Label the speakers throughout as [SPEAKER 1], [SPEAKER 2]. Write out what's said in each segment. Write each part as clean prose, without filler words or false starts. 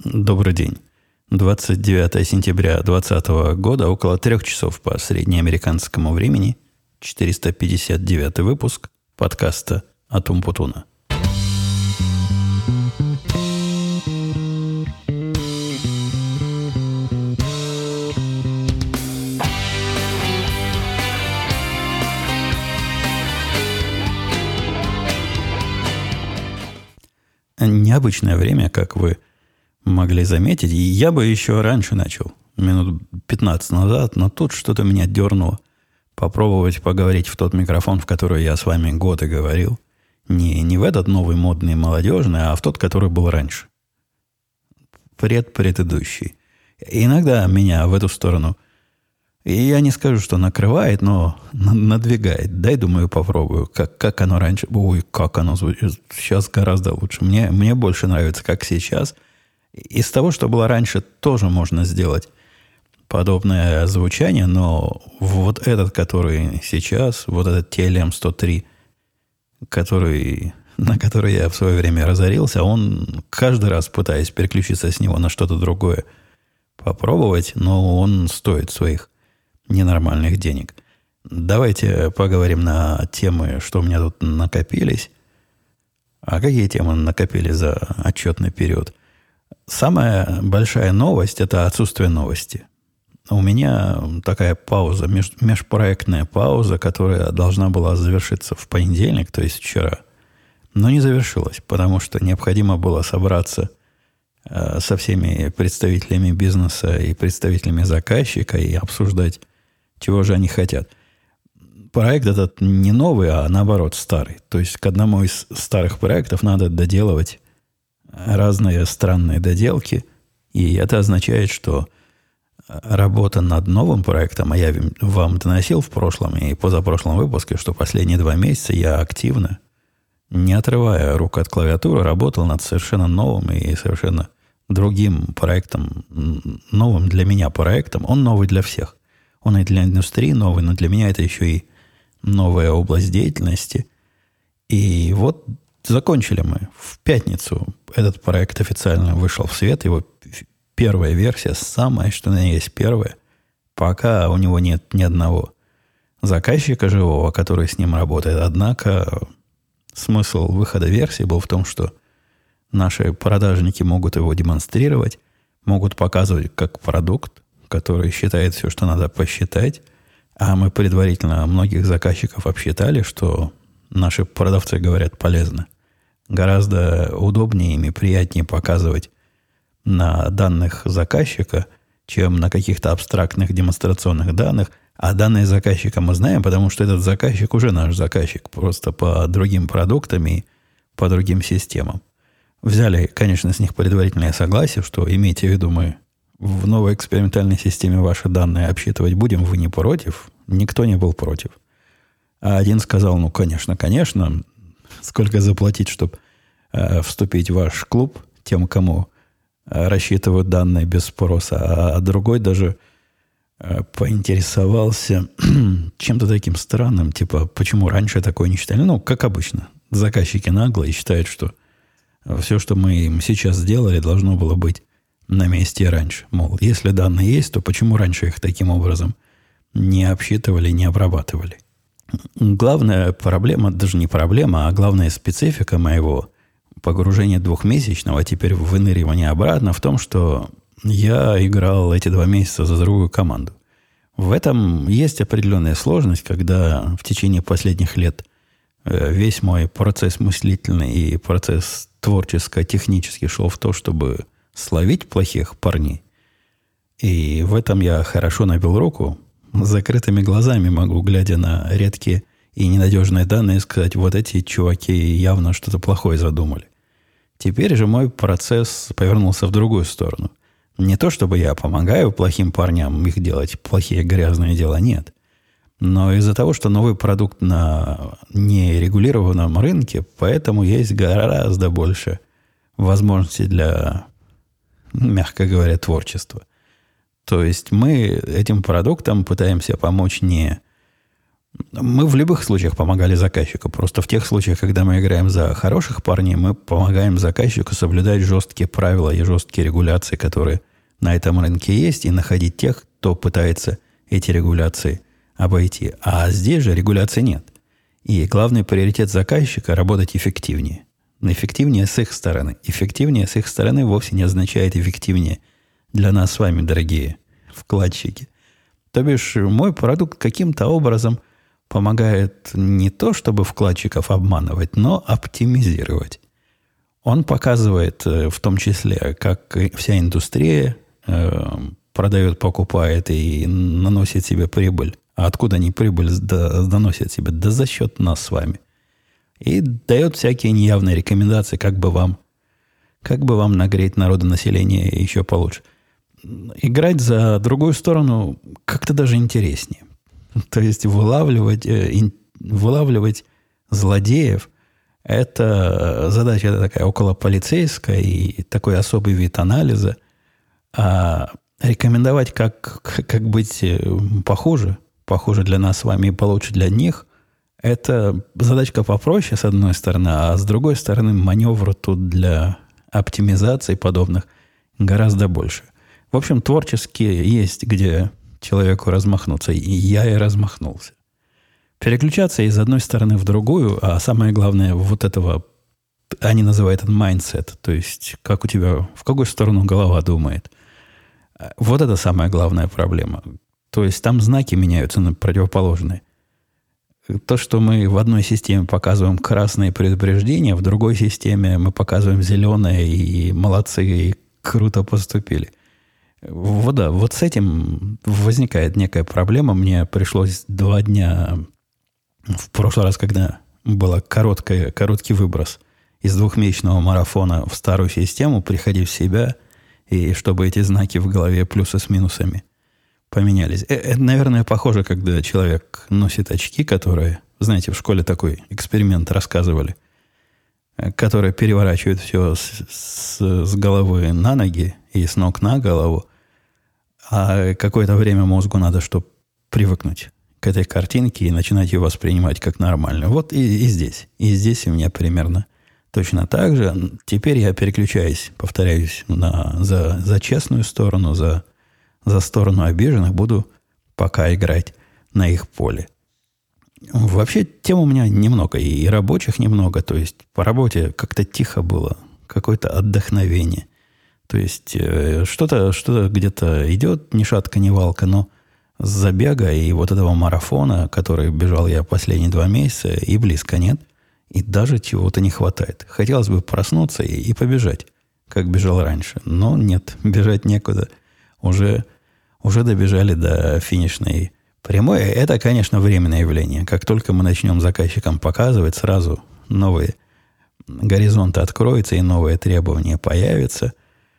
[SPEAKER 1] Добрый день. 29 сентября 2020 года, около 3 часов по среднеамериканскому времени, 459 выпуск подкаста от Умпутуна. Необычное время, как вы могли заметить. И я бы еще раньше начал, минут 15 назад, но тут что-то меня дернуло. Попробовать поговорить в тот микрофон, в который я с вами годы говорил. Не в этот новый, модный, молодежный, а в тот, который был раньше. Предыдущий. Иногда меня в эту сторону, и я не скажу, что накрывает, но надвигает. Дай, думаю, попробую, как оно раньше. Ой, как оно звучит. Сейчас гораздо лучше. Мне больше нравится, как сейчас. Из того, что было раньше, тоже можно сделать подобное звучание, но вот этот, который сейчас, вот этот TLM-103, на который я в свое время разорился, он каждый раз, пытаясь переключиться с него на что-то другое, попробовать, но он стоит своих ненормальных денег. Давайте поговорим на темы, что у меня тут накопились. А какие темы накопили за отчетный период? Самая большая новость – это отсутствие новости. У меня такая пауза, межпроектная пауза, которая должна была завершиться в понедельник, то есть вчера, но не завершилась, потому что необходимо было собраться со всеми представителями бизнеса и представителями заказчика и обсуждать, чего же они хотят. Проект этот не новый, а наоборот старый. То есть к одному из старых проектов надо доделывать разные странные доделки, и это означает, что работа над новым проектом, а я вам доносил в прошлом и позапрошлом выпуске, что последние 2 месяца я активно, не отрывая рук от клавиатуры, работал над совершенно новым и совершенно другим проектом, новым для меня проектом. Он новый для всех. Он и для индустрии новый, но для меня это еще и новая область деятельности. И вот закончили мы в пятницу. Этот проект официально вышел в свет. Его первая версия, самая, что на ней есть первая. Пока у него нет ни одного заказчика живого, который с ним работает. Однако смысл выхода версии был в том, что наши продажники могут его демонстрировать, могут показывать как продукт, который считает все, что надо посчитать. А мы предварительно многих заказчиков обсчитали, что наши продавцы говорят полезно. Гораздо удобнее им и приятнее показывать на данных заказчика, чем на каких-то абстрактных демонстрационных данных. А данные заказчика мы знаем, потому что этот заказчик уже наш заказчик, просто по другим продуктам и по другим системам. Взяли, конечно, с них предварительное согласие, что имейте в виду, мы в новой экспериментальной системе ваши данные обсчитывать будем, вы не против? Никто не был против. А один сказал, ну, конечно, сколько заплатить, чтобы вступить в ваш клуб, тем, кому рассчитывают данные без спроса. А другой даже поинтересовался чем-то таким странным, типа, почему раньше такое не считали. Ну, как обычно, заказчики наглые считают, что все, что мы им сейчас сделали, должно было быть на месте и раньше. Мол, если данные есть, то почему раньше их таким образом не обсчитывали, не обрабатывали? Главная проблема, даже не проблема, а главная специфика моего погружения двухмесячного, а теперь выныривания обратно в том, что я играл эти 2 месяца за другую команду. В этом есть определенная сложность, когда в течение последних лет весь мой процесс мыслительный и процесс творческо-технический шел в то, чтобы словить плохих парней. И в этом я хорошо набил руку. С закрытыми глазами могу, глядя на редкие и ненадежные данные, сказать, вот эти чуваки явно что-то плохое задумали. Теперь же мой процесс повернулся в другую сторону. Не то, чтобы я помогаю плохим парням их делать плохие грязные дела, нет. Но из-за того, что новый продукт на нерегулированном рынке, поэтому есть гораздо больше возможностей для, мягко говоря, творчества. То есть мы этим продуктом пытаемся помочь не Мы в любых случаях помогали заказчику. Просто в тех случаях, когда мы играем за хороших парней, мы помогаем заказчику соблюдать жесткие правила и жесткие регуляции, которые на этом рынке есть, и находить тех, кто пытается эти регуляции обойти. А здесь же регуляции нет. И главный приоритет заказчика – работать эффективнее. Но эффективнее с их стороны. Эффективнее с их стороны вовсе не означает эффективнее для нас с вами, дорогие вкладчики. То бишь, мой продукт каким-то образом помогает не то, чтобы вкладчиков обманывать, но оптимизировать. Он показывает в том числе, как вся индустрия продает, покупает и наносит себе прибыль. А откуда они прибыль доносят себе? Да за счет нас с вами. И дает всякие неявные рекомендации, как бы вам нагреть народонаселение еще получше. Играть за другую сторону как-то даже интереснее. То есть вылавливать злодеев – это задача такая околополицейская и такой особый вид анализа. А рекомендовать, как быть похуже для нас с вами и получше для них – это задачка попроще, с одной стороны, а с другой стороны, маневр тут для оптимизации подобных гораздо больше. В общем, творчески есть, где человеку размахнуться, и я и размахнулся. Переключаться из одной стороны в другую, а самое главное, вот этого, они называют это mindset, то есть как у тебя, в какую сторону голова думает. Вот это самая главная проблема. То есть там знаки меняются на противоположные. То, что мы в одной системе показываем красные предупреждения, в другой системе мы показываем зеленые, и молодцы, и круто поступили. Вот да, вот с этим возникает некая проблема. Мне пришлось 2 дня в прошлый раз, когда был короткий выброс из 2-месячного марафона в старую систему, приходить в себя, и чтобы эти знаки в голове плюсы с минусами поменялись. Это, наверное, похоже, когда человек носит очки, которые, знаете, в школе такой эксперимент рассказывали, которые переворачивают все с головы на ноги и с ног на голову, а какое-то время мозгу надо, чтобы привыкнуть к этой картинке и начинать ее воспринимать как нормальную. Вот и здесь. И здесь у меня примерно точно так же. Теперь я переключаюсь, повторяюсь, за честную сторону, за сторону обиженных, буду пока играть на их поле. Вообще, тем у меня немного, и рабочих немного. То есть, по работе как-то тихо было, какое-то отдохновение. То есть, что-то где-то идет, ни шатка, ни валка, но с забега и вот этого марафона, который бежал я последние 2 месяца, и близко нет, и даже чего-то не хватает. Хотелось бы проснуться и побежать, как бежал раньше. Но нет, бежать некуда. Уже добежали до финишной прямой. Это, конечно, временное явление. Как только мы начнем заказчикам показывать, сразу новые горизонты откроются и новые требования появятся.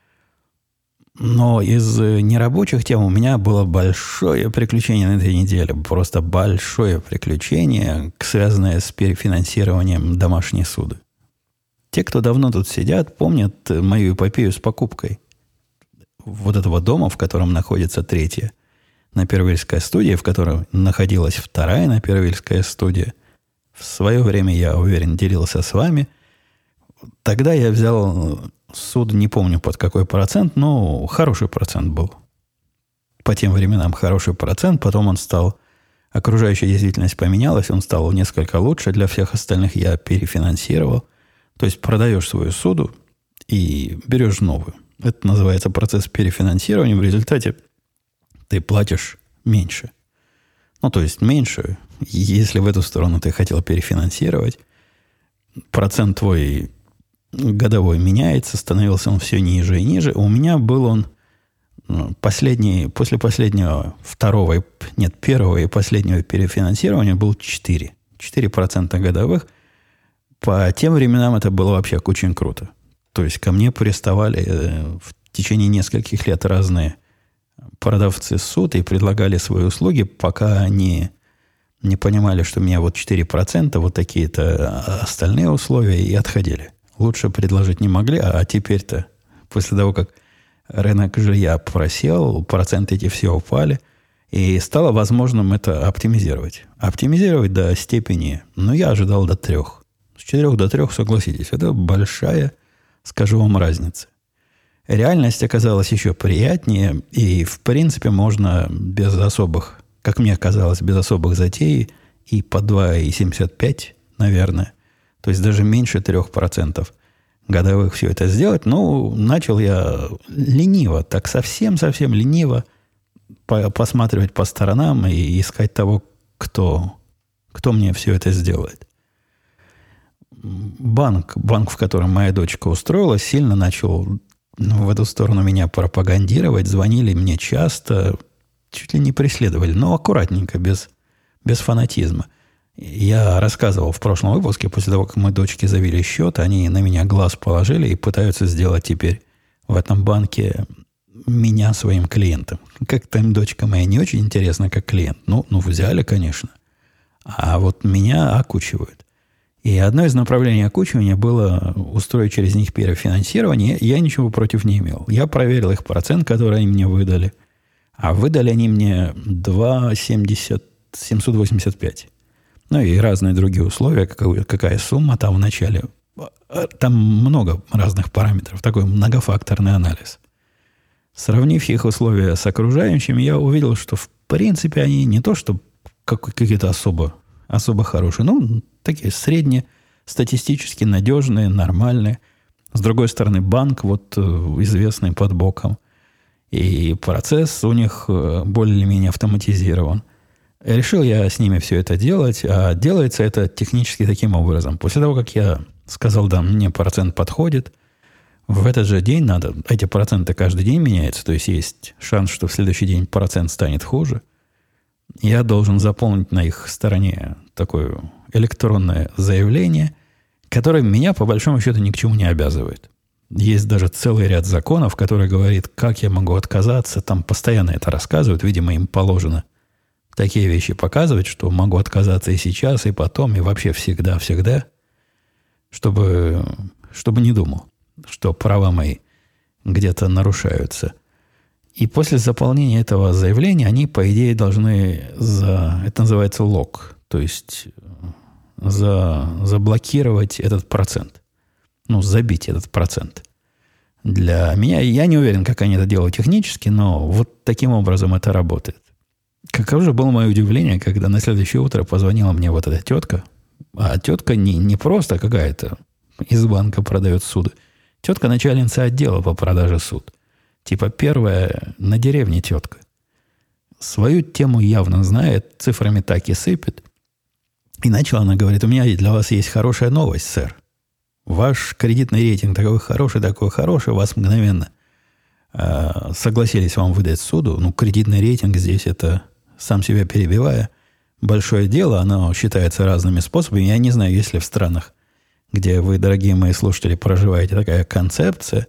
[SPEAKER 1] Но из нерабочих тем у меня было большое приключение на этой неделе. Просто большое приключение, связанное с перефинансированием домашней суды. Те, кто давно тут сидят, помнят мою эпопею с покупкой вот этого дома, в котором находится 3-я Напервильская студия, в которой находилась 2-я Напервильская студия. В свое время, я уверен, делился с вами. Тогда я взял суд, не помню под какой процент, но хороший процент был. По тем временам хороший процент. Потом он стал... Окружающая действительность поменялась, он стал несколько лучше. Для всех остальных я перефинансировал. То есть продаешь свою суду и берешь новую. Это называется процесс перефинансирования. В результате ты платишь меньше. Ну, то есть меньше. Если в эту сторону ты хотел перефинансировать, процент твой годовой меняется, становился он все ниже и ниже. У меня был он после первого и последнего перефинансирования был 4%. 4% годовых. По тем временам это было вообще очень круто. То есть ко мне приставали в течение нескольких лет разные продавцы суд и предлагали свои услуги, пока они не понимали, что у меня вот 4%, вот такие-то остальные условия, и отходили. Лучше предложить не могли, а теперь-то, после того, как рынок жилья просел, проценты эти все упали, И стало возможным это оптимизировать. Оптимизировать до степени, я ожидал до 3. С 4 до 3, согласитесь, это большая, скажу вам, разница. Реальность оказалась еще приятнее, и, в принципе, можно без особых, как мне казалось, без особых затей и по 2,75, наверное, то есть даже меньше 3% годовых все это сделать. Начал я лениво, так совсем-совсем лениво посматривать по сторонам и искать того, кто мне все это сделает. Банк, в котором моя дочка устроилась, сильно начал в эту сторону меня пропагандировать. Звонили мне часто, чуть ли не преследовали, но аккуратненько, без фанатизма. Я рассказывал в прошлом выпуске, после того, как мы дочке завели счет, они на меня глаз положили и пытаются сделать теперь в этом банке меня своим клиентом. Как-то им дочка моя не очень интересна как клиент. Взяли, конечно. А вот меня окучивают. И одно из направлений окучивания было устроить через них перефинансирование. Я ничего против не имел. Я проверил их процент, который они мне выдали. А выдали они мне 2,785. И разные другие условия, какая сумма там в начале. Там много разных параметров. Такой многофакторный анализ. Сравнив их условия с окружающими, я увидел, что в принципе они не то, что какие-то особо хорошие, такие средние, статистически надежные, нормальные. С другой стороны, банк известный под боком. И процесс у них более-менее автоматизирован. Решил я с ними все это делать, а делается это технически таким образом. После того, как я сказал, да, мне процент подходит, в этот же день эти проценты каждый день меняются, то есть шанс, что в следующий день процент станет хуже. Я должен заполнить на их стороне такое электронное заявление, которое меня, по большому счету, ни к чему не обязывает. Есть даже целый ряд законов, который говорит, как я могу отказаться. Там постоянно это рассказывают. Видимо, им положено такие вещи показывать, что могу отказаться и сейчас, и потом, и вообще всегда, чтобы не думал, что права мои где-то нарушаются. И после заполнения этого заявления они, по идее, должны это называется лог, то есть заблокировать этот процент. Забить этот процент. Для меня, я не уверен, как они это делают технически, но вот таким образом это работает. Каково же было мое удивление, когда на следующее утро позвонила мне вот эта тетка. А тетка не просто какая-то из банка продает суды. Тетка начальница отдела по продаже суд. Типа первая на деревне тетка. Свою тему явно знает, цифрами так и сыпет. И начала она говорит, у меня для вас есть хорошая новость, сэр. Ваш кредитный рейтинг такой хороший, вас мгновенно согласились вам выдать суду. Кредитный рейтинг здесь это, сам себя перебивая, большое дело, оно считается разными способами. Я не знаю, есть ли в странах, где вы, дорогие мои слушатели, проживаете, такая концепция.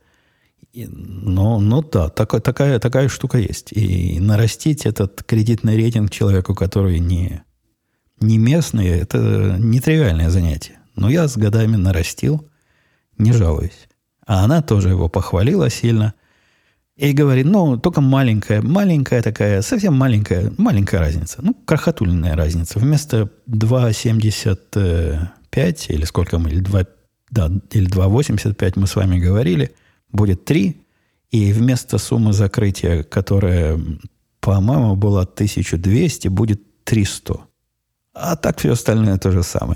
[SPEAKER 1] Да, такая штука есть. И нарастить этот кредитный рейтинг человеку, который не местный, это нетривиальное занятие. Но я с годами нарастил, не жалуюсь. А она тоже его похвалила сильно. И говорит, только маленькая такая, совсем маленькая разница. Крохотульная разница. Вместо 2,75 или сколько мы, или 2,85 мы с вами говорили, будет 3. И вместо суммы закрытия, которая, по-моему, была 1200, будет 300. А так все остальное то же самое.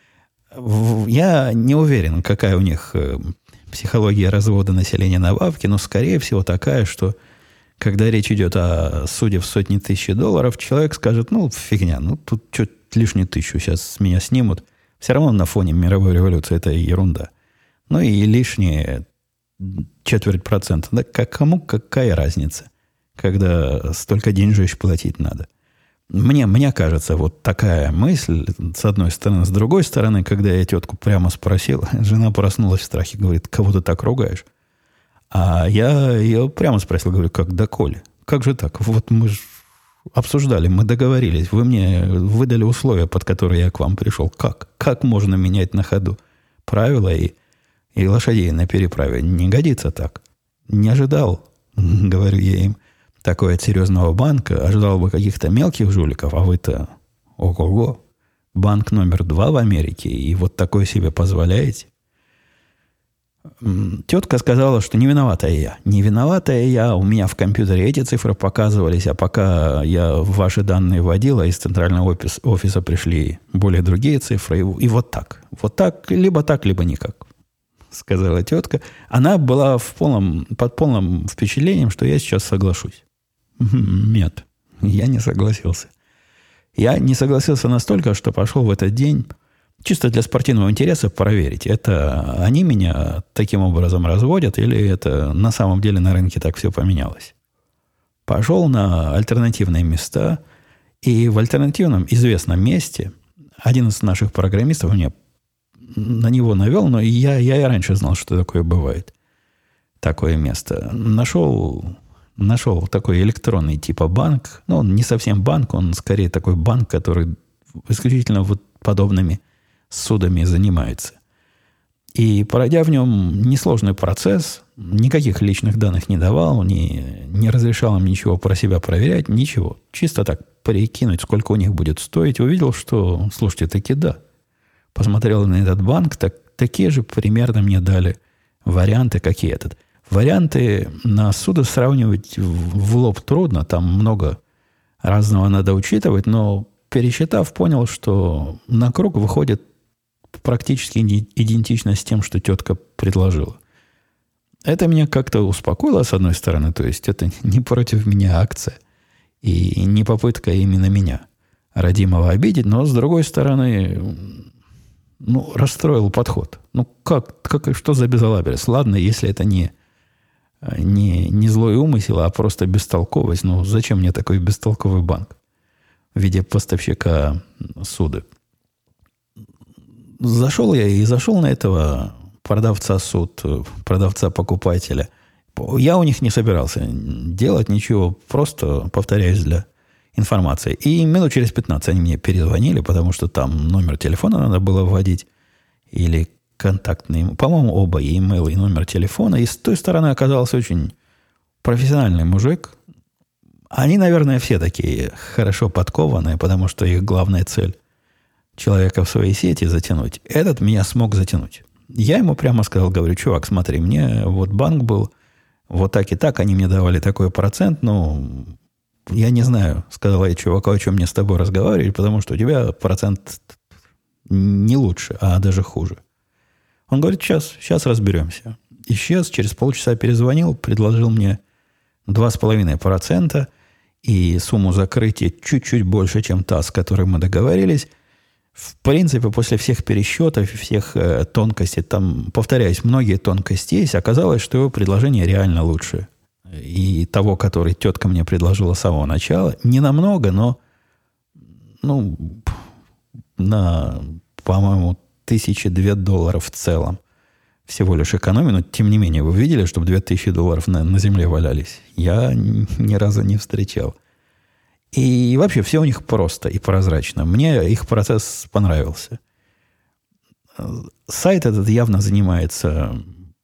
[SPEAKER 1] Я не уверен, какая у них психология развода населения на бабки, но, скорее всего, такая, что когда речь идет о суде в сотни тысяч $, человек скажет, фигня, тут что лишнюю 1000 сейчас с меня снимут. Все равно на фоне мировой революции это ерунда. И лишние 0,25%. Да кому какая разница, когда столько деньжищ платить надо? Мне кажется, вот такая мысль, с одной стороны. С другой стороны, когда я тетку прямо спросил, жена проснулась в страхе, говорит, кого ты так ругаешь? А я ее прямо спросил, говорю, как доколе? Как же так? Вот мы же обсуждали, мы договорились, вы мне выдали условия, под которые я к вам пришел. Как? Как можно менять на ходу правила и лошадей на переправе? Не годится так. Не ожидал, говорю я им, такой от серьезного банка, ожидал бы каких-то мелких жуликов, а вы-то ого-го. Банк номер 2 в Америке, и вот такое себе позволяете. Тетка сказала, что не виноватая я. Не виноватая я, у меня в компьютере эти цифры показывались, а пока я ваши данные вводила, из центрального офиса пришли более другие цифры, и вот так. Вот так, либо никак, сказала тетка. Она была под полным впечатлением, что я сейчас соглашусь. Нет, я не согласился. Я не согласился настолько, что пошел в этот день чисто для спортивного интереса проверить, это они меня таким образом разводят или это на самом деле на рынке так все поменялось. Пошел на альтернативные места, и в альтернативном известном месте один из наших программистов меня на него навел, но я и раньше знал, что такое бывает. Такое место. Нашел такой электронный типа банк. Ну, он не совсем банк, он скорее такой банк, который исключительно вот подобными судами занимается. И пройдя в нем несложный процесс, никаких личных данных не давал, не разрешал им ничего про себя проверять, ничего. Чисто так прикинуть, сколько у них будет стоить, увидел, что, слушайте, таки да. Посмотрел на этот банк, такие же примерно мне дали варианты, как и этот. Варианты на суды сравнивать в лоб трудно, там много разного надо учитывать, но пересчитав, понял, что на круг выходит практически идентично с тем, что тетка предложила. Это меня как-то успокоило, с одной стороны, то есть это не против меня акция и не попытка именно меня, родимого, обидеть, но с другой стороны, расстроил подход. Что за безалаберность? Ладно, если это не злой умысел, а просто бестолковость, зачем мне такой бестолковый банк в виде поставщика суды? Зашел на этого продавца-покупателя. Я у них не собирался делать ничего, просто, повторяюсь, для информации. И минут через 15 они мне перезвонили, потому что там номер телефона надо было вводить, или контактный, по-моему, оба, и имейл, и номер телефона. И с той стороны оказался очень профессиональный мужик. Они, наверное, все такие хорошо подкованные, потому что их главная цель человека в своей сети затянуть. Этот меня смог затянуть. Я ему прямо сказал, говорю, чувак, смотри, мне вот банк был вот так и так, они мне давали такой процент, я не знаю, сказал я чуваку, о чем мне с тобой разговаривать, потому что у тебя процент не лучше, а даже хуже. Он говорит, сейчас разберемся. Исчез, через полчаса перезвонил, предложил мне 2,5% и сумму закрытия чуть-чуть больше, чем та, с которой мы договорились. В принципе, после всех пересчетов, всех тонкостей, там, повторяюсь, многие тонкости есть, оказалось, что его предложение реально лучше. И того, который тетка мне предложила с самого начала, не намного, но на, по-моему, $1002 в целом всего лишь экономии, но тем не менее, вы видели, чтобы $2000 на земле валялись? Я ни разу не встречал. И вообще все у них просто и прозрачно. Мне их процесс понравился. Сайт этот явно занимается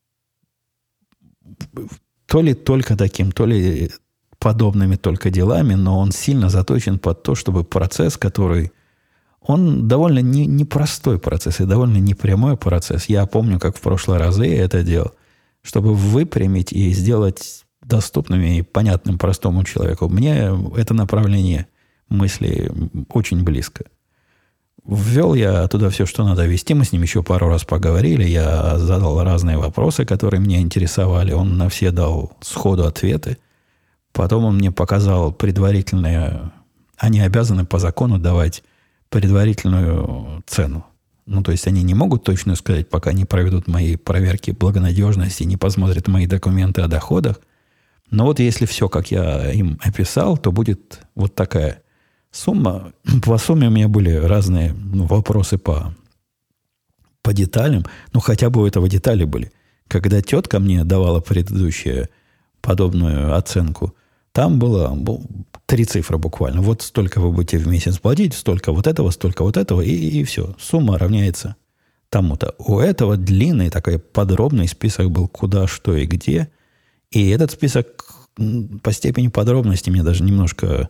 [SPEAKER 1] то ли только таким, то ли подобными только делами, но он сильно заточен под то, чтобы процесс, который... Он довольно непростой процесс и довольно непрямой процесс. Я помню, как в прошлые разы я это делал, чтобы выпрямить и сделать доступным и понятным простому человеку. Мне это направление мысли очень близко. Ввел я туда все, что надо ввести. Мы с ним еще пару раз поговорили. Я задал разные вопросы, которые меня интересовали. Он на все дал сходу ответы. Потом он мне показал предварительные... Они обязаны по закону давать предварительную цену. То есть они не могут точно сказать, пока не проведут мои проверки благонадежности, не посмотрят мои документы о доходах. Но вот если все, как я им описал, то будет вот такая сумма. По сумме у меня были разные вопросы по деталям. Хотя бы у этого детали были. Когда тетка мне давала предыдущую подобную оценку, там было 3 цифры буквально. Вот столько вы будете в месяц платить, столько вот этого, и все. Сумма равняется тому-то. У этого длинный такой подробный список был, куда, что и где. И этот список по степени подробности меня даже немножко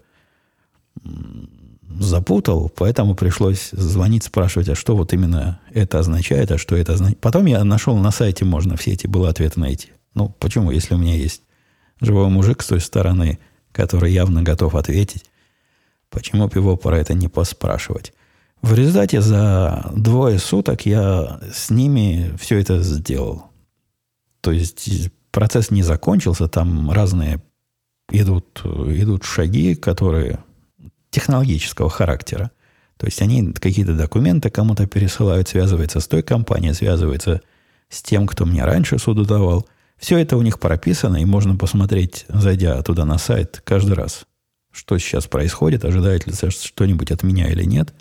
[SPEAKER 1] запутал, поэтому пришлось звонить, спрашивать, а что вот именно это означает, а что это означает. Потом я нашел на сайте, можно все эти были ответы найти. Ну, почему, если у меня есть живой мужик с той стороны, который явно готов ответить, почему бы его про это не поспрашивать? В результате за 2 суток я с ними все это сделал. То есть процесс не закончился, там разные идут шаги, которые технологического характера. То есть они какие-то документы кому-то пересылают, связываются с той компанией, связываются с тем, кто мне раньше суду давал. Все это у них прописано, и можно посмотреть, зайдя туда на сайт, каждый раз, что сейчас происходит, ожидает ли что-нибудь от меня или нет.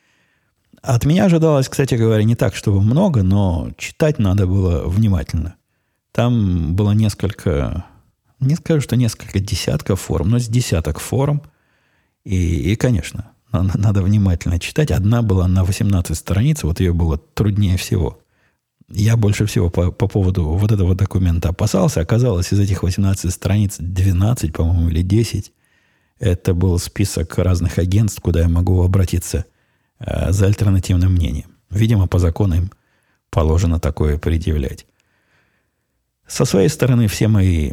[SPEAKER 1] От меня ожидалось, кстати говоря, не так, чтобы много, но читать надо было внимательно. Там было несколько, не скажу, что несколько десятков форм, но с десяток форм. И, конечно, надо внимательно читать. Одна была на 18 страниц, вот ее было труднее всего. Я больше всего по поводу вот этого документа опасался. Оказалось, из этих 18 страниц 12, по-моему, или 10. Это был список разных агентств, куда я могу обратиться за альтернативным мнением. Видимо, по закону им положено такое предъявлять. Со своей стороны все мои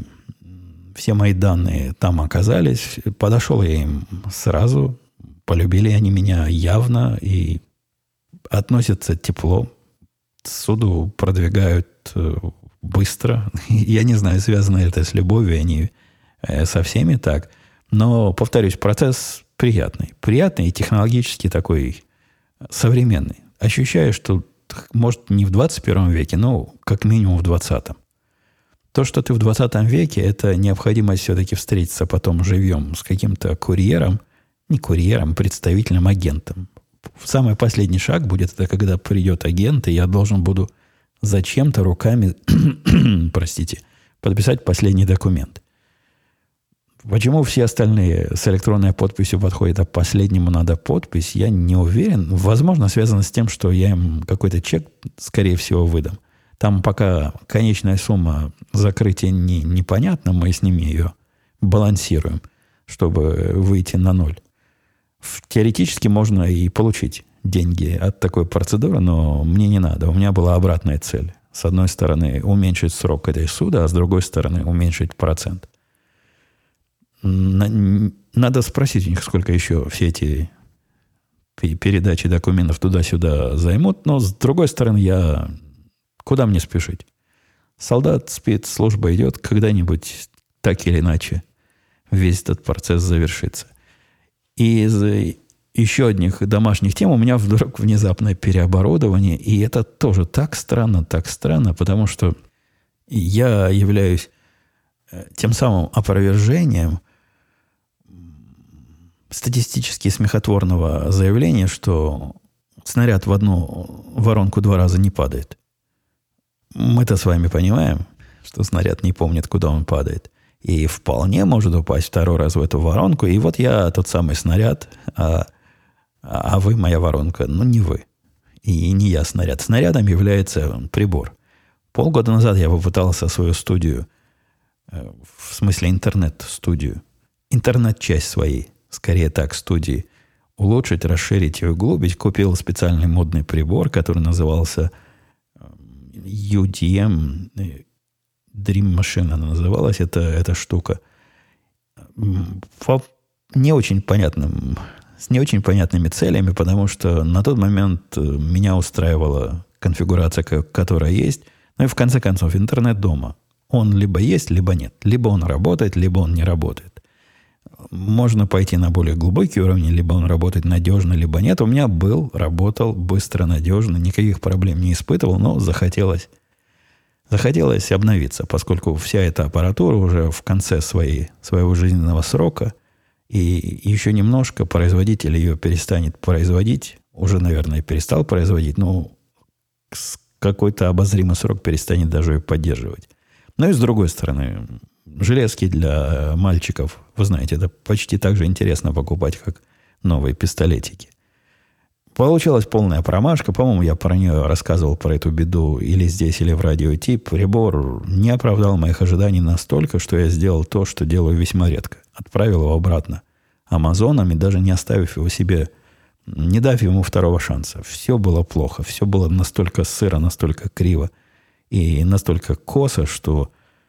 [SPEAKER 1] данные там оказались. Подошел я им сразу. Полюбили они меня явно и относятся тепло. Суду продвигают быстро. Я не знаю, связано это с любовью, они со всеми так. Но, повторюсь, процесс приятный. Приятный и технологически такой современный. Ощущаю, что, может, не в 21 веке, но как минимум в 20-м. То, что ты в 20 веке, это необходимость все-таки встретиться потом живьем с каким-то курьером, не курьером, представительным агентом. Самый последний шаг будет, это когда придет агент, и я должен буду зачем-то руками, подписать последний документ. Почему все остальные с электронной подписью подходят, а последнему надо подпись, я не уверен. Возможно, связано с тем, что я им какой-то чек, скорее всего, выдам. Там пока конечная сумма закрытия непонятна, мы с ними ее балансируем, чтобы выйти на ноль. Теоретически можно и получить деньги от такой процедуры, но мне не надо. У меня была обратная цель. С одной стороны, уменьшить срок этой суда, а с другой стороны, уменьшить процент. Надо спросить у них, сколько еще все эти передачи документов туда-сюда займут. Но с другой стороны, куда мне спешить? Солдат спит, служба идет, когда-нибудь так или иначе весь этот процесс завершится. И из еще одних домашних тем у меня вдруг внезапное переоборудование, и это тоже так странно, потому что я являюсь тем самым опровержением статистически смехотворного заявления, что снаряд в одну воронку 2 раза не падает. Мы-то с вами понимаем, что снаряд не помнит, куда он падает. И вполне может упасть 2 раз в эту воронку. И вот я тот самый снаряд, а вы моя воронка. Ну, не вы. И не я снаряд. Снарядом является прибор. Полгода назад я попытался свою студию, в смысле интернет-студию, интернет-часть своей, скорее так, студии, улучшить, расширить и углубить. Купил специальный модный прибор, который назывался UDM, Dream Machine она называлась, эта штука. С не очень понятными целями, потому что на тот момент меня устраивала конфигурация, которая есть. Ну и в конце концов, интернет дома. Он либо есть, либо нет. Либо он работает, либо он не работает. Можно пойти на более глубокий уровень, либо он работает надежно, либо нет. У меня работал быстро, надежно, никаких проблем не испытывал, но захотелось обновиться, поскольку вся эта аппаратура уже в конце своего жизненного срока, и еще немножко производитель ее перестанет производить, уже, наверное, перестал производить, но какой-то обозримый срок перестанет даже ее поддерживать. Но и с другой стороны, железки для мальчиков, вы знаете, это почти так же интересно покупать, как новые пистолетики. Получилась полная промашка. По-моему, я про нее рассказывал, про эту беду или здесь, или в радио Ти. Прибор не оправдал моих ожиданий настолько, что я сделал то, что делаю весьма редко. Отправил его обратно Амазонами, даже не оставив его себе, не дав ему второго шанса. Все было плохо. Все было настолько сыро, настолько криво и настолько косо, что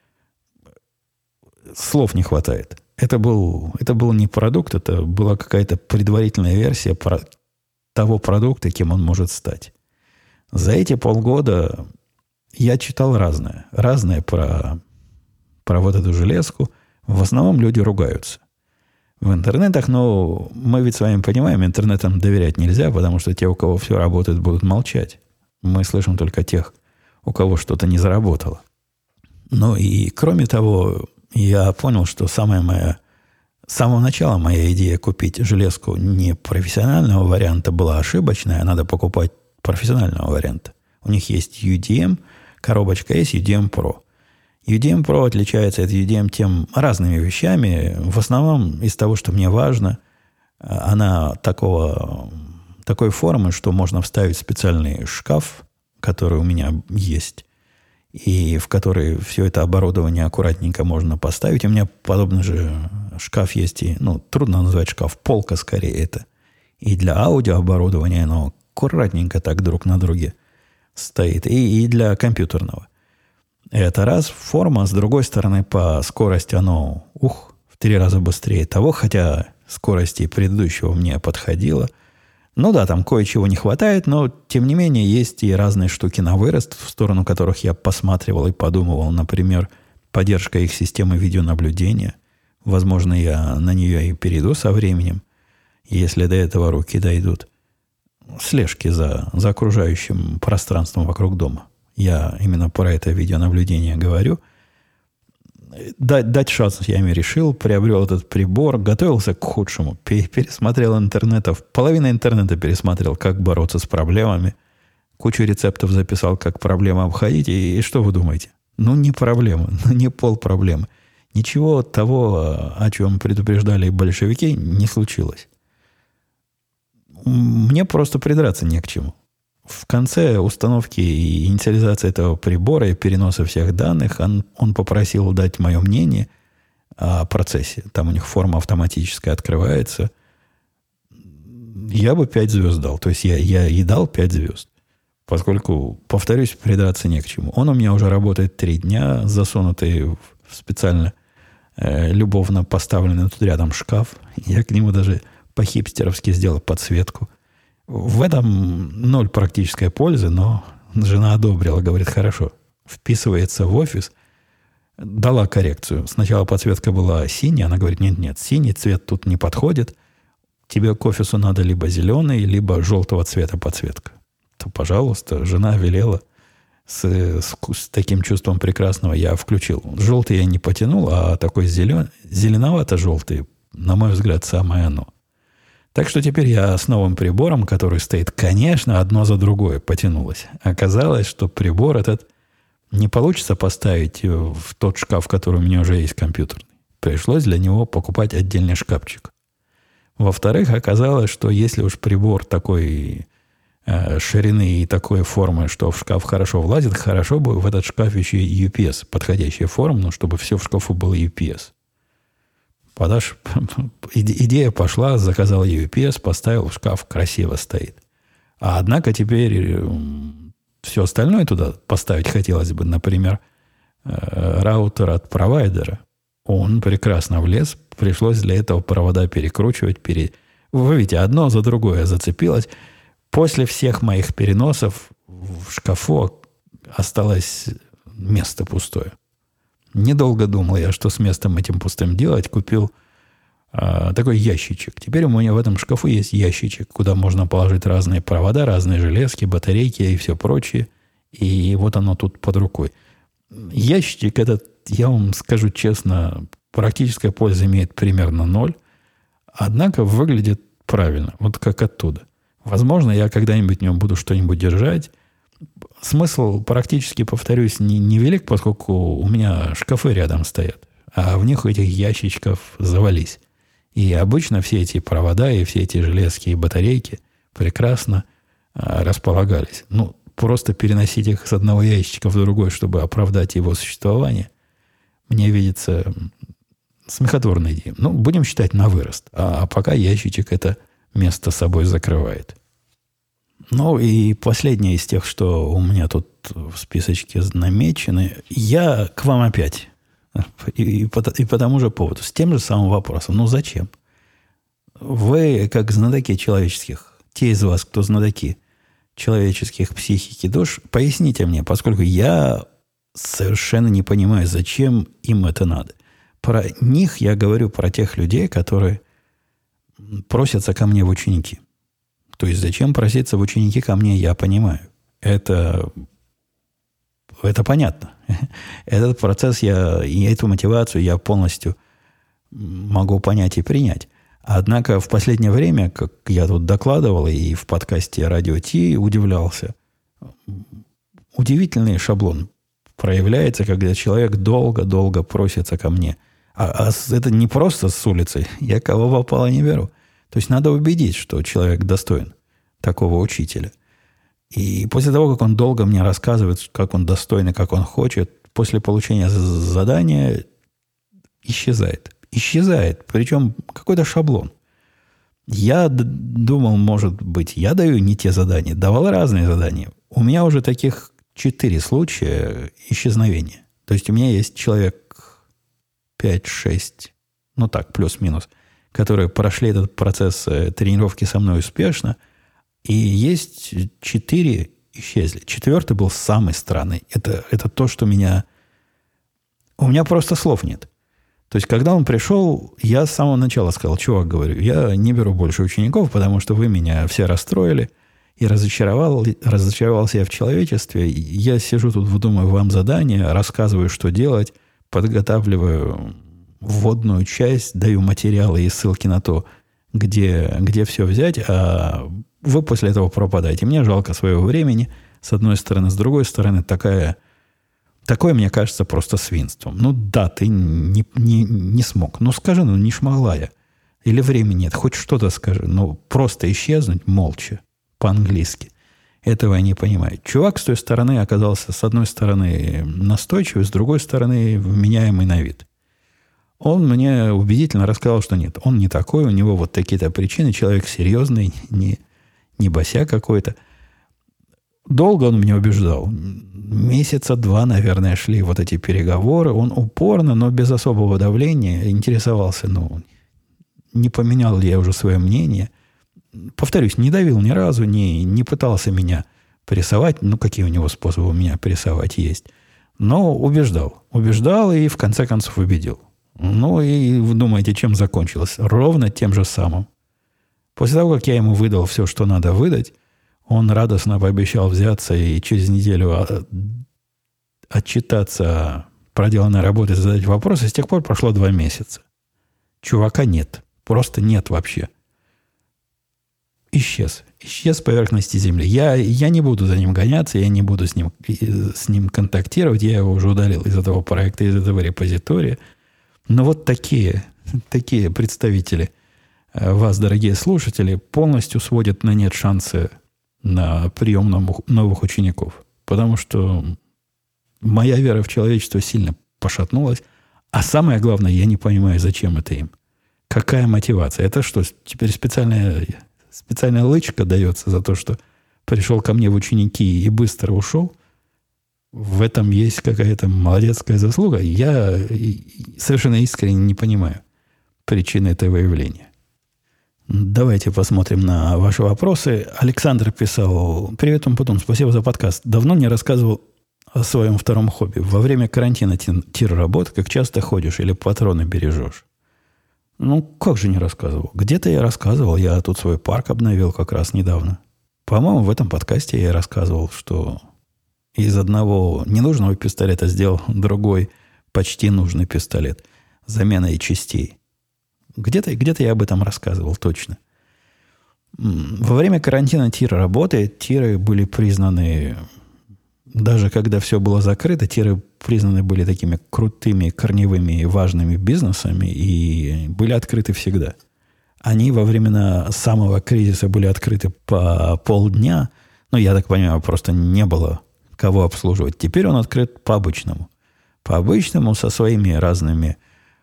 [SPEAKER 1] слов не хватает. Это был не продукт, это была какая-то предварительная версия того продукта, кем он может стать. За эти полгода я читал разное. Разное про вот эту железку. В основном люди ругаются. В интернетах, но мы ведь с вами понимаем, интернетам доверять нельзя, потому что те, у кого все работает, будут молчать. Мы слышим только тех, у кого что-то не заработало. Ну и кроме того, я понял, что с самого начала моя идея купить железку не профессионального варианта была ошибочная, а надо покупать профессионального варианта. У них есть UDM, коробочка есть UDM Pro. UDM Pro отличается от UDM тем разными вещами. В основном из того, что мне важно, она такой формы, что можно вставить специальный шкаф, который у меня есть, и в который все это оборудование аккуратненько можно поставить. У меня подобный же шкаф есть, и, трудно назвать шкаф, полка скорее это. И для аудиооборудования оно аккуратненько так друг на друге стоит, и для компьютерного. Это раз, форма, с другой стороны, по скорости оно, в 3 раза быстрее того, хотя скорости предыдущего мне подходило. Ну да, там кое-чего не хватает, но, тем не менее, есть и разные штуки на вырост, в сторону которых я посматривал и подумывал. Например, поддержка их системы видеонаблюдения. Возможно, я на нее и перейду со временем, если до этого руки дойдут. Слежки за окружающим пространством вокруг дома. Я именно про это видеонаблюдение говорю. Дать шанс я ими решил, приобрел этот прибор, готовился к худшему, пересмотрел половину интернета пересмотрел, как бороться с проблемами, кучу рецептов записал, как проблемы обходить, и что вы думаете? Не проблема, не полпроблемы. Ничего того, о чем предупреждали большевики, не случилось. Мне просто придраться не к чему. В конце установки и инициализации этого прибора и переноса всех данных он попросил дать мое мнение о процессе. Там у них форма автоматическая открывается. Я бы 5 звезд дал. То есть я и дал 5 звезд. Поскольку, повторюсь, придраться не к чему. Он у меня уже работает 3 дня, засунутый в специально любовно поставленный тут рядом шкаф. Я к нему даже по-хипстеровски сделал подсветку. В этом 0 практической пользы, но жена одобрила, говорит, хорошо, вписывается в офис, дала коррекцию. Сначала подсветка была синяя, она говорит, нет, синий цвет тут не подходит, тебе к офису надо либо зеленый, либо желтого цвета подсветка. То, пожалуйста, жена велела с таким чувством прекрасного я включил. Желтый я не потянул, а такой зеленовато-желтый, на мой взгляд, самое оно. Так что теперь я с новым прибором, который стоит, конечно, одно за другое потянулось. Оказалось, что прибор этот не получится поставить в тот шкаф, который у меня уже есть компьютерный. Пришлось для него покупать отдельный шкафчик. Во-вторых, оказалось, что если уж прибор такой ширины и такой формы, что в шкаф хорошо влазит, хорошо бы в этот шкаф еще и UPS, подходящая форма, чтобы все в шкафу было UPS. Идея пошла, заказал UPS, поставил в шкаф, красиво стоит. Однако теперь все остальное туда поставить хотелось бы. Например, раутер от провайдера. Он прекрасно влез. Пришлось для этого провода перекручивать. Вы видите, одно за другое зацепилось. После всех моих переносов в шкафу осталось место пустое. Недолго думал я, что с местом этим пустым делать. Купил такой ящичек. Теперь у меня в этом шкафу есть ящичек, куда можно положить разные провода, разные железки, батарейки и все прочее. И вот оно тут под рукой. Ящичек этот, я вам скажу честно, практическая польза имеет примерно 0. Однако выглядит правильно, вот как оттуда. Возможно, я когда-нибудь в нем буду что-нибудь держать. Смысл практически, повторюсь, невелик, поскольку у меня шкафы рядом стоят, а в них у этих ящичков завались. И обычно все эти провода и все эти железки и батарейки прекрасно располагались. Ну, просто переносить их с одного ящика в другой, чтобы оправдать его существование, мне видится смехотворной идеей. Ну, будем считать на вырост. А пока ящичек это место собой закрывает. Ну, и последнее из тех, что у меня тут в списочке намечены. Я к вам опять. И по тому же поводу. С тем же самым вопросом. Ну, зачем? Вы, как знатоки человеческих, те из вас, кто знатоки человеческих психики душ, поясните мне, поскольку я совершенно не понимаю, зачем им это надо. Про них я говорю, про тех людей, которые просятся ко мне в ученики. То есть, зачем проситься в ученики ко мне, я понимаю. Это понятно. Этот процесс и эту мотивацию я полностью могу понять и принять. Однако в последнее время, как я тут докладывал и в подкасте «Радио Ти» удивлялся, удивительный шаблон проявляется, когда человек долго-долго просится ко мне. А это не просто с улицы. Я кого попало не беру. То есть надо убедить, что человек достоин такого учителя. И после того, как он долго мне рассказывает, как он достоин и как он хочет, после получения задания исчезает. Исчезает. Причем какой-то шаблон. Я думал, может быть, я даю не те задания. Давал разные задания. У меня уже таких 4 случая исчезновения. То есть у меня есть человек 5-6, ну так, плюс-минус, которые прошли этот процесс тренировки со мной успешно. И есть 4 исчезли. 4-й был самый странный. Это то, что меня... У меня просто слов нет. То есть, когда он пришел, я с самого начала сказал: чувак, говорю, я не беру больше учеников, потому что вы меня все расстроили. И разочаровался я в человечестве. Я сижу тут, выдумываю вам задания, рассказываю, что делать, подготавливаю вводную часть, даю материалы и ссылки на то, где все взять, а вы после этого пропадаете. Мне жалко своего времени, с одной стороны. С другой стороны, такое, мне кажется, просто свинством. Ну да, ты не смог. Ну скажи, ну не шмогла я. Или времени нет, хоть что-то скажи. Ну просто исчезнуть молча, по-английски. Этого я не понимаю. Чувак с той стороны оказался, с одной стороны, настойчивый, с другой стороны, вменяемый на вид. Он мне убедительно рассказал, что нет, он не такой, у него вот такие-то причины, человек серьезный, не босяк какой-то. Долго он меня убеждал. Месяца 2, наверное, шли вот эти переговоры. Он упорно, но без особого давления интересовался, не поменял ли я уже свое мнение. Повторюсь, не давил ни разу, не пытался меня прессовать. Ну, какие у него способы меня прессовать есть. Но убеждал. Убеждал и в конце концов убедил. Ну, и вы думаете, чем закончилось? Ровно тем же самым. После того, как я ему выдал все, что надо выдать, он радостно пообещал взяться и через неделю отчитаться о проделанной работе, задать вопросы. С тех пор прошло 2 месяца. Чувака нет. Просто нет вообще. Исчез с поверхности земли. Я не буду за ним гоняться, я не буду с ним контактировать. Я его уже удалил из этого проекта, из этого репозитория. Но вот такие представители вас, дорогие слушатели, полностью сводят на нет шансы на прием новых учеников. Потому что моя вера в человечество сильно пошатнулась. А самое главное, я не понимаю, зачем это им. Какая мотивация? Это что, теперь специальная лычка дается за то, что пришел ко мне в ученики и быстро ушел? В этом есть какая-то молодецкая заслуга. Я совершенно искренне не понимаю причины этого явления. Давайте посмотрим на ваши вопросы. Александр писал: «Привет, Умпутун, спасибо за подкаст. Давно не рассказывал о своем втором хобби. Во время карантина тир-работы как часто ходишь или патроны бережешь?» Ну, как же не рассказывал? Где-то я рассказывал. Я тут свой парк обновил как раз недавно. По-моему, в этом подкасте я рассказывал, что из одного ненужного пистолета сделал другой почти нужный пистолет. Заменой частей. Где-то я об этом рассказывал, точно. Во время карантина тир работает. Тиры были признаны, даже когда все было закрыто, тиры признаны были такими крутыми, корневыми и важными бизнесами и были открыты всегда. Они во времена самого кризиса были открыты по полдня. Ну, я так понимаю, просто не было кого обслуживать. Теперь он открыт по-обычному. По-обычному со своими разными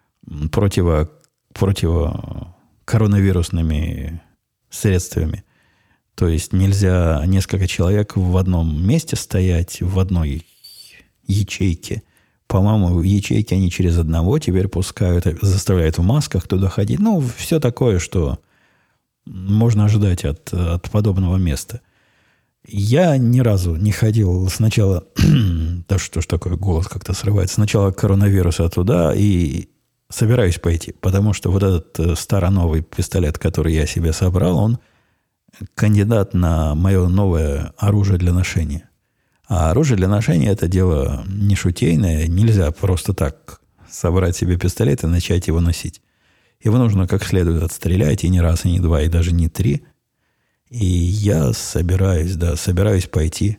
[SPEAKER 1] противокоронавирусными средствами. То есть нельзя несколько человек в одном месте стоять, в одной ячейке. По-моему, ячейки они через одного теперь пускают, заставляют в масках туда ходить. Ну, все такое, что можно ожидать от подобного места. Я ни разу не ходил сначала... Да что ж такое, голос как-то срывается. Сначала коронавируса туда и собираюсь пойти. Потому что вот этот старо-новый пистолет, который я себе собрал, он кандидат на мое новое оружие для ношения. А оружие для ношения – это дело не шутейное. Нельзя просто так собрать себе пистолет и начать его носить. Его нужно как следует отстрелять, и не раз, и не два, и даже не три. И я собираюсь пойти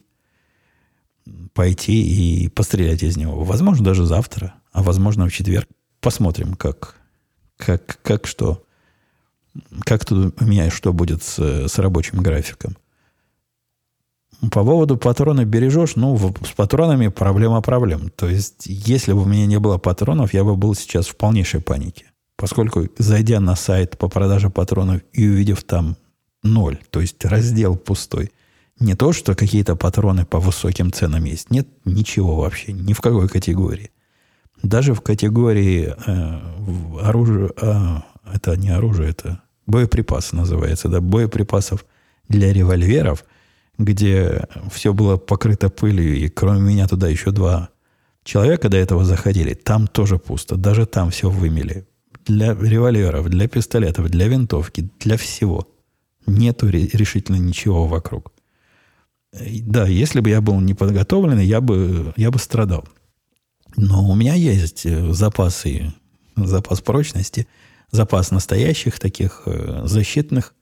[SPEAKER 1] и пострелять из него. Возможно, даже завтра, а возможно, в четверг. Посмотрим, как тут у меня что будет с рабочим графиком. По поводу патронов бережешь, с патронами проблем. То есть, если бы у меня не было патронов, я бы был сейчас в полнейшей панике. Поскольку, зайдя на сайт по продаже патронов и увидев там 0, то есть раздел пустой, не то, что какие-то патроны по высоким ценам есть. Нет ничего вообще, ни в какой категории. Даже в категории оружия, это не оружие, это боеприпасы называется, да, боеприпасов для револьверов, где все было покрыто пылью, и кроме меня туда еще 2 человека до этого заходили, там тоже пусто. Даже там все вымели. Для револьверов, для пистолетов, для винтовки, для всего. Нету решительно ничего вокруг. Да, если бы я был неподготовленный, я бы страдал. Но у меня есть запас прочности, запас настоящих таких защитного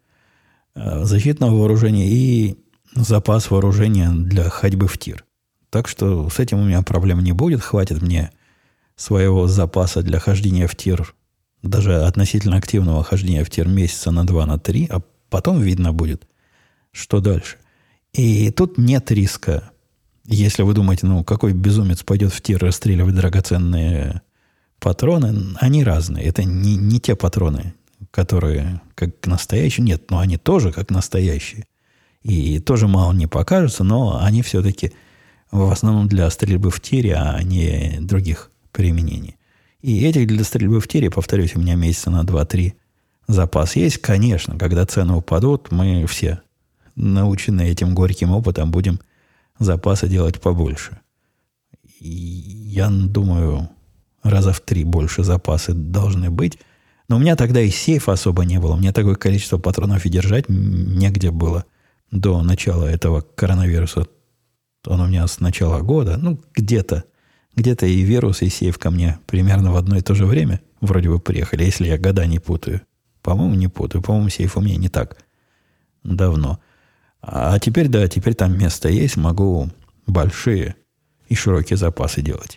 [SPEAKER 1] вооружения и запас вооружения для ходьбы в тир. Так что с этим у меня проблем не будет. Хватит мне своего запаса для хождения в тир, даже относительно активного хождения в тир месяца на 2, на 3, а потом видно будет, что дальше. И тут нет риска. Если вы думаете, какой безумец пойдет в тир расстреливать драгоценные патроны, они разные. Это не те патроны, которые как настоящие. Нет, но они тоже как настоящие. И тоже мало не покажутся, но они все-таки в основном для стрельбы в тире, а не других применений. И этих для стрельбы в тире, повторюсь, у меня месяца на 2-3 запас есть. Конечно, когда цены упадут, мы все, наученные этим горьким опытом, будем запасы делать побольше. И я думаю, раза в 3 больше запасы должны быть. Но у меня тогда и сейфа особо не было. У меня такое количество патронов и держать негде было до начала этого коронавируса. Он у меня с начала года. Где-то и вирус, и сейф ко мне примерно в одно и то же время вроде бы приехали, если я года не путаю. По-моему, не путаю. По-моему, сейф у меня не так давно. А теперь, да, теперь там место есть. Могу большие и широкие запасы делать.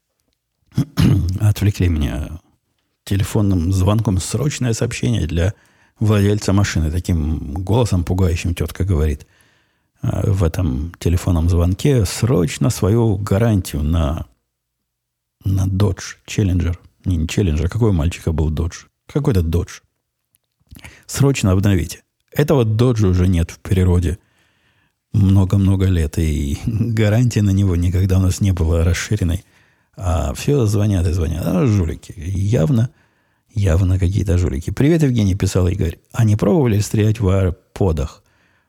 [SPEAKER 1] Отвлекли меня телефонным звонком. Срочное сообщение для владельца машины. Таким голосом пугающим тетка говорит в этом телефонном звонке: срочно свою гарантию на Dodge Challenger. Не Challenger, какой у мальчика был Dodge? Какой-то Dodge. Срочно обновите. Этого Dodge уже нет в природе много-много лет. И гарантии на него никогда у нас не было расширенной. А все звонят и звонят. Жулики. Явно какие-то жулики. Привет, Евгений, писал Игорь. А не пробовали стрелять в AirPod'ах?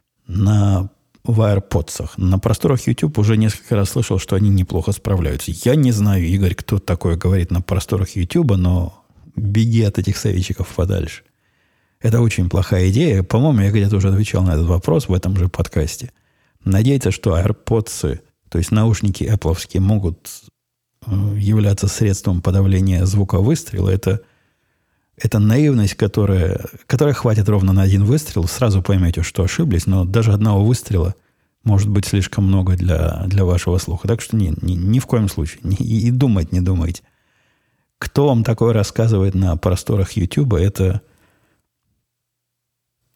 [SPEAKER 1] В AirPods'ах. На просторах YouTube уже несколько раз слышал, что они неплохо справляются. Я не знаю, Игорь, кто такое говорит на просторах YouTube, но беги от этих советчиков подальше. Это очень плохая идея. По-моему, я где-то уже отвечал на этот вопрос в этом же подкасте. Надеяться, что AirPods, то есть наушники Apple'овские, могут являться средством подавления звука выстрела, это наивность, которая хватит ровно на один выстрел. Сразу поймете, что ошиблись, но даже одного выстрела может быть слишком много для вашего слуха. Так что ни в коем случае. И думать не думайте. Кто вам такое рассказывает на просторах YouTube, это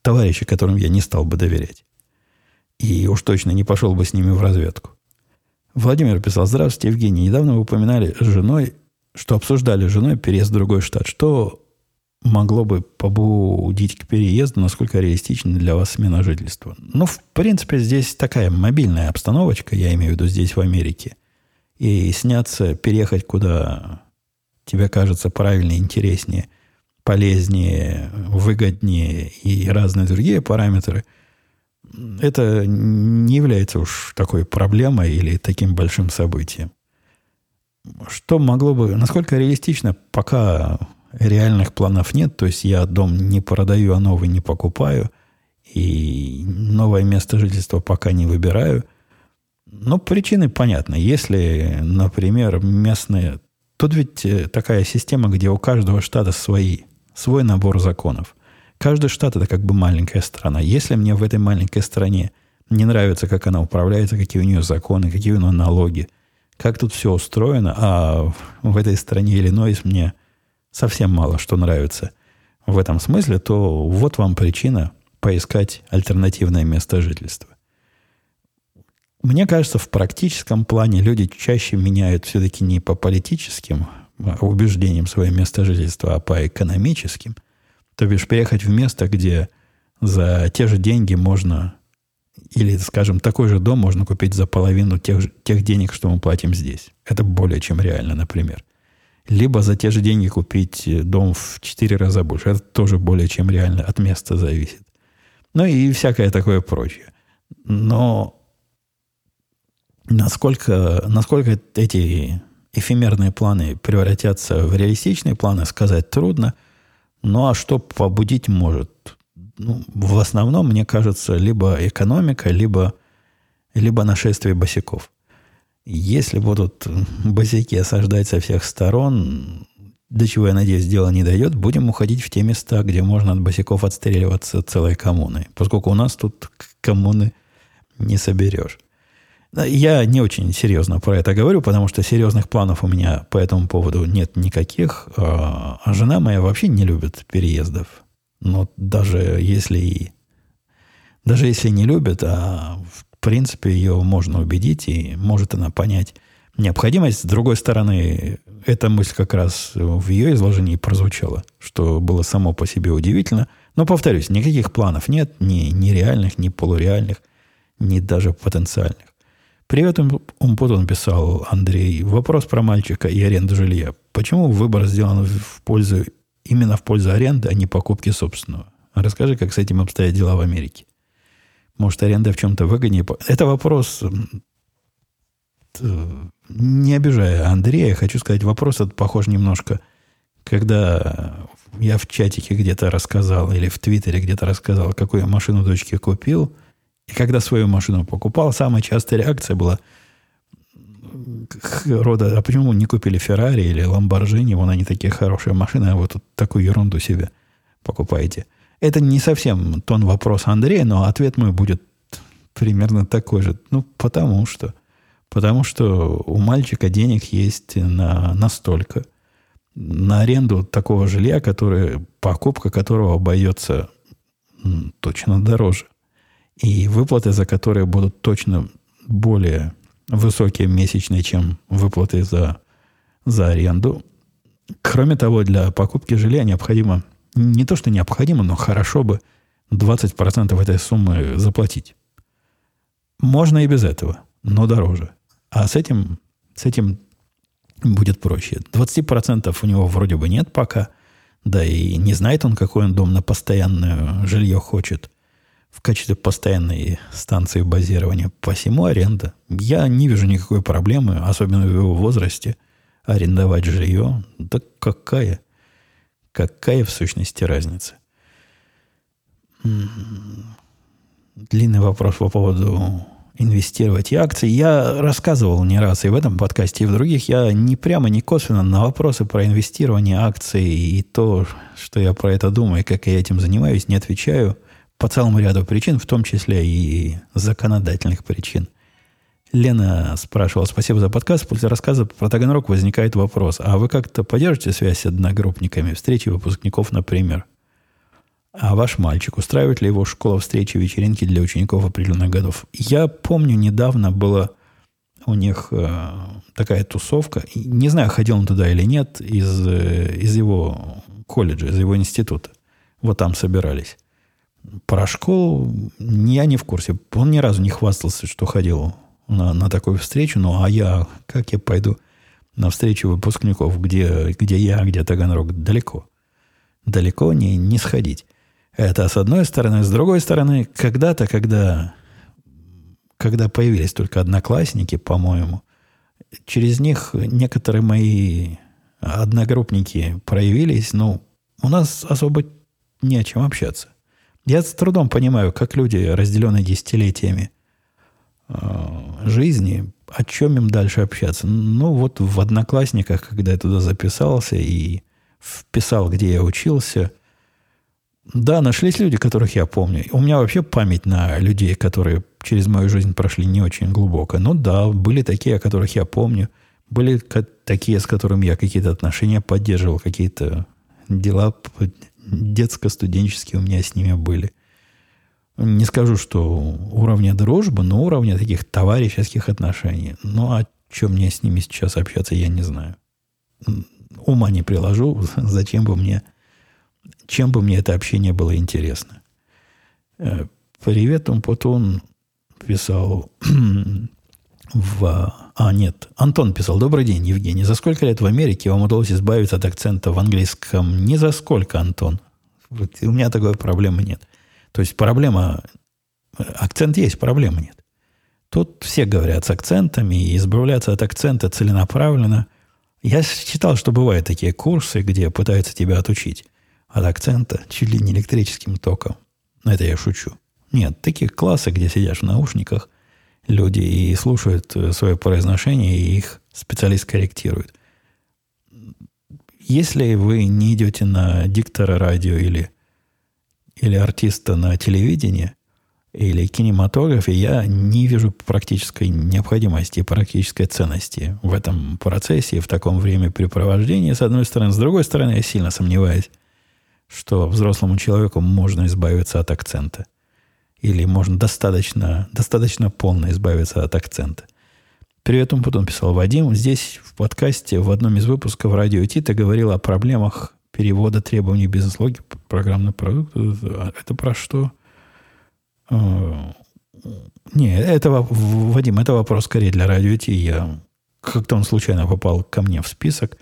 [SPEAKER 1] товарищи, которым я не стал бы доверять. И уж точно не пошел бы с ними в разведку. Владимир писал: здравствуйте, Евгений. Недавно вы упоминали с женой, что обсуждали с женой переезд в другой штат. Что могло бы побудить к переезду? Насколько реалистична для вас смена жительства? Ну, в принципе, здесь такая мобильная обстановочка, я имею в виду здесь, в Америке. И сняться, переехать куда тебе кажется правильнее, интереснее, полезнее, выгоднее и разные другие параметры, это не является уж такой проблемой или таким большим событием. Что могло бы... Насколько реалистично, пока реальных планов нет, то есть я дом не продаю, а новый не покупаю, и новое место жительства пока не выбираю. Но причины понятны. Если, например, местные... Тут ведь такая система, где у каждого штата свой набор законов. Каждый штат – это как бы маленькая страна. Если мне в этой маленькой стране не нравится, как она управляется, какие у нее законы, какие у нее налоги, как тут все устроено, а в этой стране Иллинойс мне совсем мало что нравится в этом смысле, то вот вам причина поискать альтернативное место жительства. Мне кажется, в практическом плане люди чаще меняют все-таки не по политическим убеждениям свое место жительства, а по экономическим. То бишь переехать в место, где за те же деньги можно, или, скажем, такой же дом можно купить за половину тех денег, что мы платим здесь. Это более чем реально, например. Либо за те же деньги купить дом в 4 раза больше. Это тоже более чем реально, от места зависит. Ну и всякое такое прочее. Но насколько эти эфемерные планы превратятся в реалистичные планы, сказать трудно. Ну, а что побудить может? Ну, в основном, мне кажется, либо экономика, либо нашествие босяков. Если будут босяки осаждать со всех сторон, до чего, я надеюсь, дело не дойдет, будем уходить в те места, где можно от босяков отстреливаться целой коммуной. Поскольку у нас тут коммуны не соберешь. Я не очень серьезно про это говорю, потому что серьезных планов у меня по этому поводу нет никаких. А жена моя вообще не любит переездов. Но даже если не любит, в принципе ее можно убедить, и может она понять необходимость. С другой стороны, эта мысль как раз в ее изложении прозвучала, что было само по себе удивительно. Но, повторюсь, никаких планов нет, ни реальных, ни полуреальных, ни даже потенциальных. Привет, Умпутун, писал Андрей. Вопрос про мальчика и аренду жилья. Почему выбор сделан именно в пользу аренды, а не покупки собственного? Расскажи, как с этим обстоят дела в Америке. Может, аренда в чем-то выгоднее? Это вопрос, не обижая Андрея, хочу сказать, вопрос этот похож немножко, когда я в чатике где-то рассказал, или в Твиттере где-то рассказал, какую я машину дочке купил. И когда свою машину покупал, самая частая реакция была рода: а почему не купили Феррари или Ламборджини? Вон они такие хорошие машины, а вы тут такую ерунду себе покупаете. Это не совсем тон вопроса Андрея, но ответ мой будет примерно такой же. Ну, потому что у мальчика денег есть настолько. На аренду такого жилья, покупка которого обойдется точно дороже. И выплаты за которые будут точно более высокие месячные, чем выплаты за аренду. Кроме того, для покупки жилья необходимо, не то что необходимо, но хорошо бы 20% этой суммы заплатить. Можно и без этого, но дороже. А с этим будет проще. 20% у него вроде бы нет пока, да и не знает он, какой он дом на постоянное жилье хочет. В качестве постоянной станции базирования. Посему аренда. Я не вижу никакой проблемы, особенно в его возрасте, арендовать жилье. Да какая в сущности разница? Длинный вопрос по поводу инвестировать и акции. Я рассказывал не раз и в этом подкасте, и в других. Я ни прямо, ни косвенно на вопросы про инвестирование акций и то, что я про это думаю, как я этим занимаюсь, не отвечаю. По целому ряду причин, в том числе и законодательных причин. Лена спрашивала: спасибо за подкаст. После рассказа про Таганрог возникает вопрос. А вы как-то поддержите связь с одногруппниками? Встречи выпускников, например? А ваш мальчик, устраивает ли его школа встречи, вечеринки для учеников определенных годов? Я помню, недавно была у них такая тусовка. Не знаю, ходил он туда или нет, из его колледжа, из его института. Вот там собирались. Про школу я не в курсе. Он ни разу не хвастался, что ходил на такую встречу. Ну, а как я пойду на встречу выпускников, где Таганрог? Далеко. Далеко не сходить. Это с одной стороны. С другой стороны, когда-то, когда появились только одноклассники, по-моему, через них некоторые мои одногруппники проявились, но у нас особо не о чем общаться. Я с трудом понимаю, как люди, разделенные десятилетиями жизни, о чем им дальше общаться. Ну, вот в Одноклассниках, когда я туда записался и вписал, где я учился, да, нашлись люди, которых я помню. У меня вообще память на людей, которые через мою жизнь прошли, не очень глубоко. Ну да, были такие, о которых я помню. Были такие, с которыми я какие-то отношения поддерживал, какие-то дела детско-студенческие у меня с ними были. Не скажу, что уровня дружбы, но уровня таких товарищеских отношений. Ну, о чем мне с ними сейчас общаться, я не знаю. Ума не приложу, чем бы мне это общение было интересно. Привет, Умпутун писал нет. Антон писал. Добрый день, Евгений. За сколько лет в Америке вам удалось избавиться от акцента в английском? Ни за сколько, Антон. У меня такой проблемы нет. То есть акцент есть, проблемы нет. Тут все говорят с акцентами, и избавляться от акцента целенаправленно. Я читал, что бывают такие курсы, где пытаются тебя отучить от акцента чуть ли не электрическим током. Это я шучу. Нет, такие классы, где сидишь в наушниках, люди и слушают свое произношение, и их специалист корректирует. Если вы не идете на диктора радио или артиста на телевидении или кинематографе, я не вижу практической необходимости и практической ценности в этом процессе и в таком времяпрепровождении, с одной стороны. С другой стороны, я сильно сомневаюсь, что взрослому человеку можно избавиться от акцента. Или можно достаточно полно избавиться от акцента. Привет, он потом писал Вадим. Здесь в подкасте в одном из выпусков радио Ти ты говорил о проблемах перевода требований бизнес-логики программного продукта. Это про что? Вадим, это вопрос скорее для радио Ти. Как-то он случайно попал ко мне в список.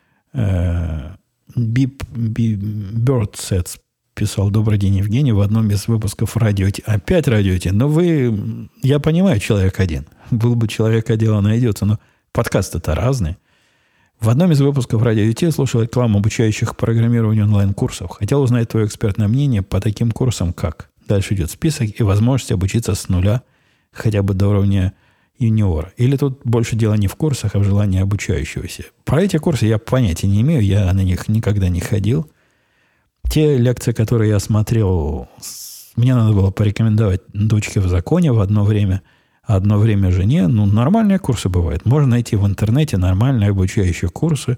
[SPEAKER 1] Birdsets писал: добрый день, Евгений, в одном из выпусков радио Ти. Опять радио Ти. Но я понимаю, человек один. Был бы человек, а дело найдется. Но подкасты-то разные. В одном из выпусков радио Ти слушал рекламу обучающих программированию онлайн-курсов. Хотел узнать твое экспертное мнение по таким курсам, как. Дальше идет список и возможность обучиться с нуля, хотя бы до уровня юниора. Или тут больше дело не в курсах, а в желании обучающегося. Про эти курсы я понятия не имею, я на них никогда не ходил. Те лекции, которые я смотрел, мне надо было порекомендовать дочке в законе в одно время жене. Ну, нормальные курсы бывают. Можно найти в интернете нормальные обучающие курсы.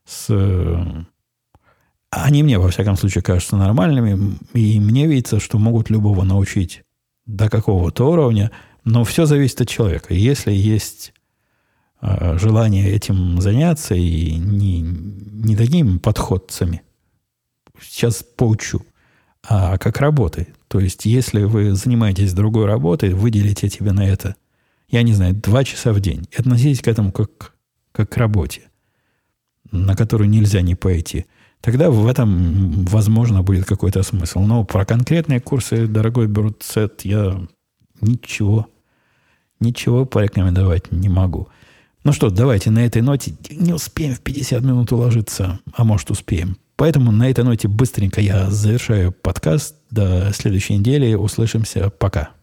[SPEAKER 1] Они мне, во всяком случае, кажутся нормальными. И мне видится, что могут любого научить до какого-то уровня. Но все зависит от человека. Если есть желание этим заняться и не такими подходцами, сейчас поучу, а как работой. То есть, если вы занимаетесь другой работой, выделите тебе на это, я не знаю, 2 часа в день. И относитесь к этому как к работе, на которую нельзя не пойти. Тогда в этом, возможно, будет какой-то смысл. Но про конкретные курсы, дорогой Бёрдсет, я ничего порекомендовать не могу. Ну что, давайте на этой ноте. Не успеем в 50 минут уложиться, а может успеем. Поэтому на этой ноте быстренько я завершаю подкаст. До следующей недели. Услышимся. Пока.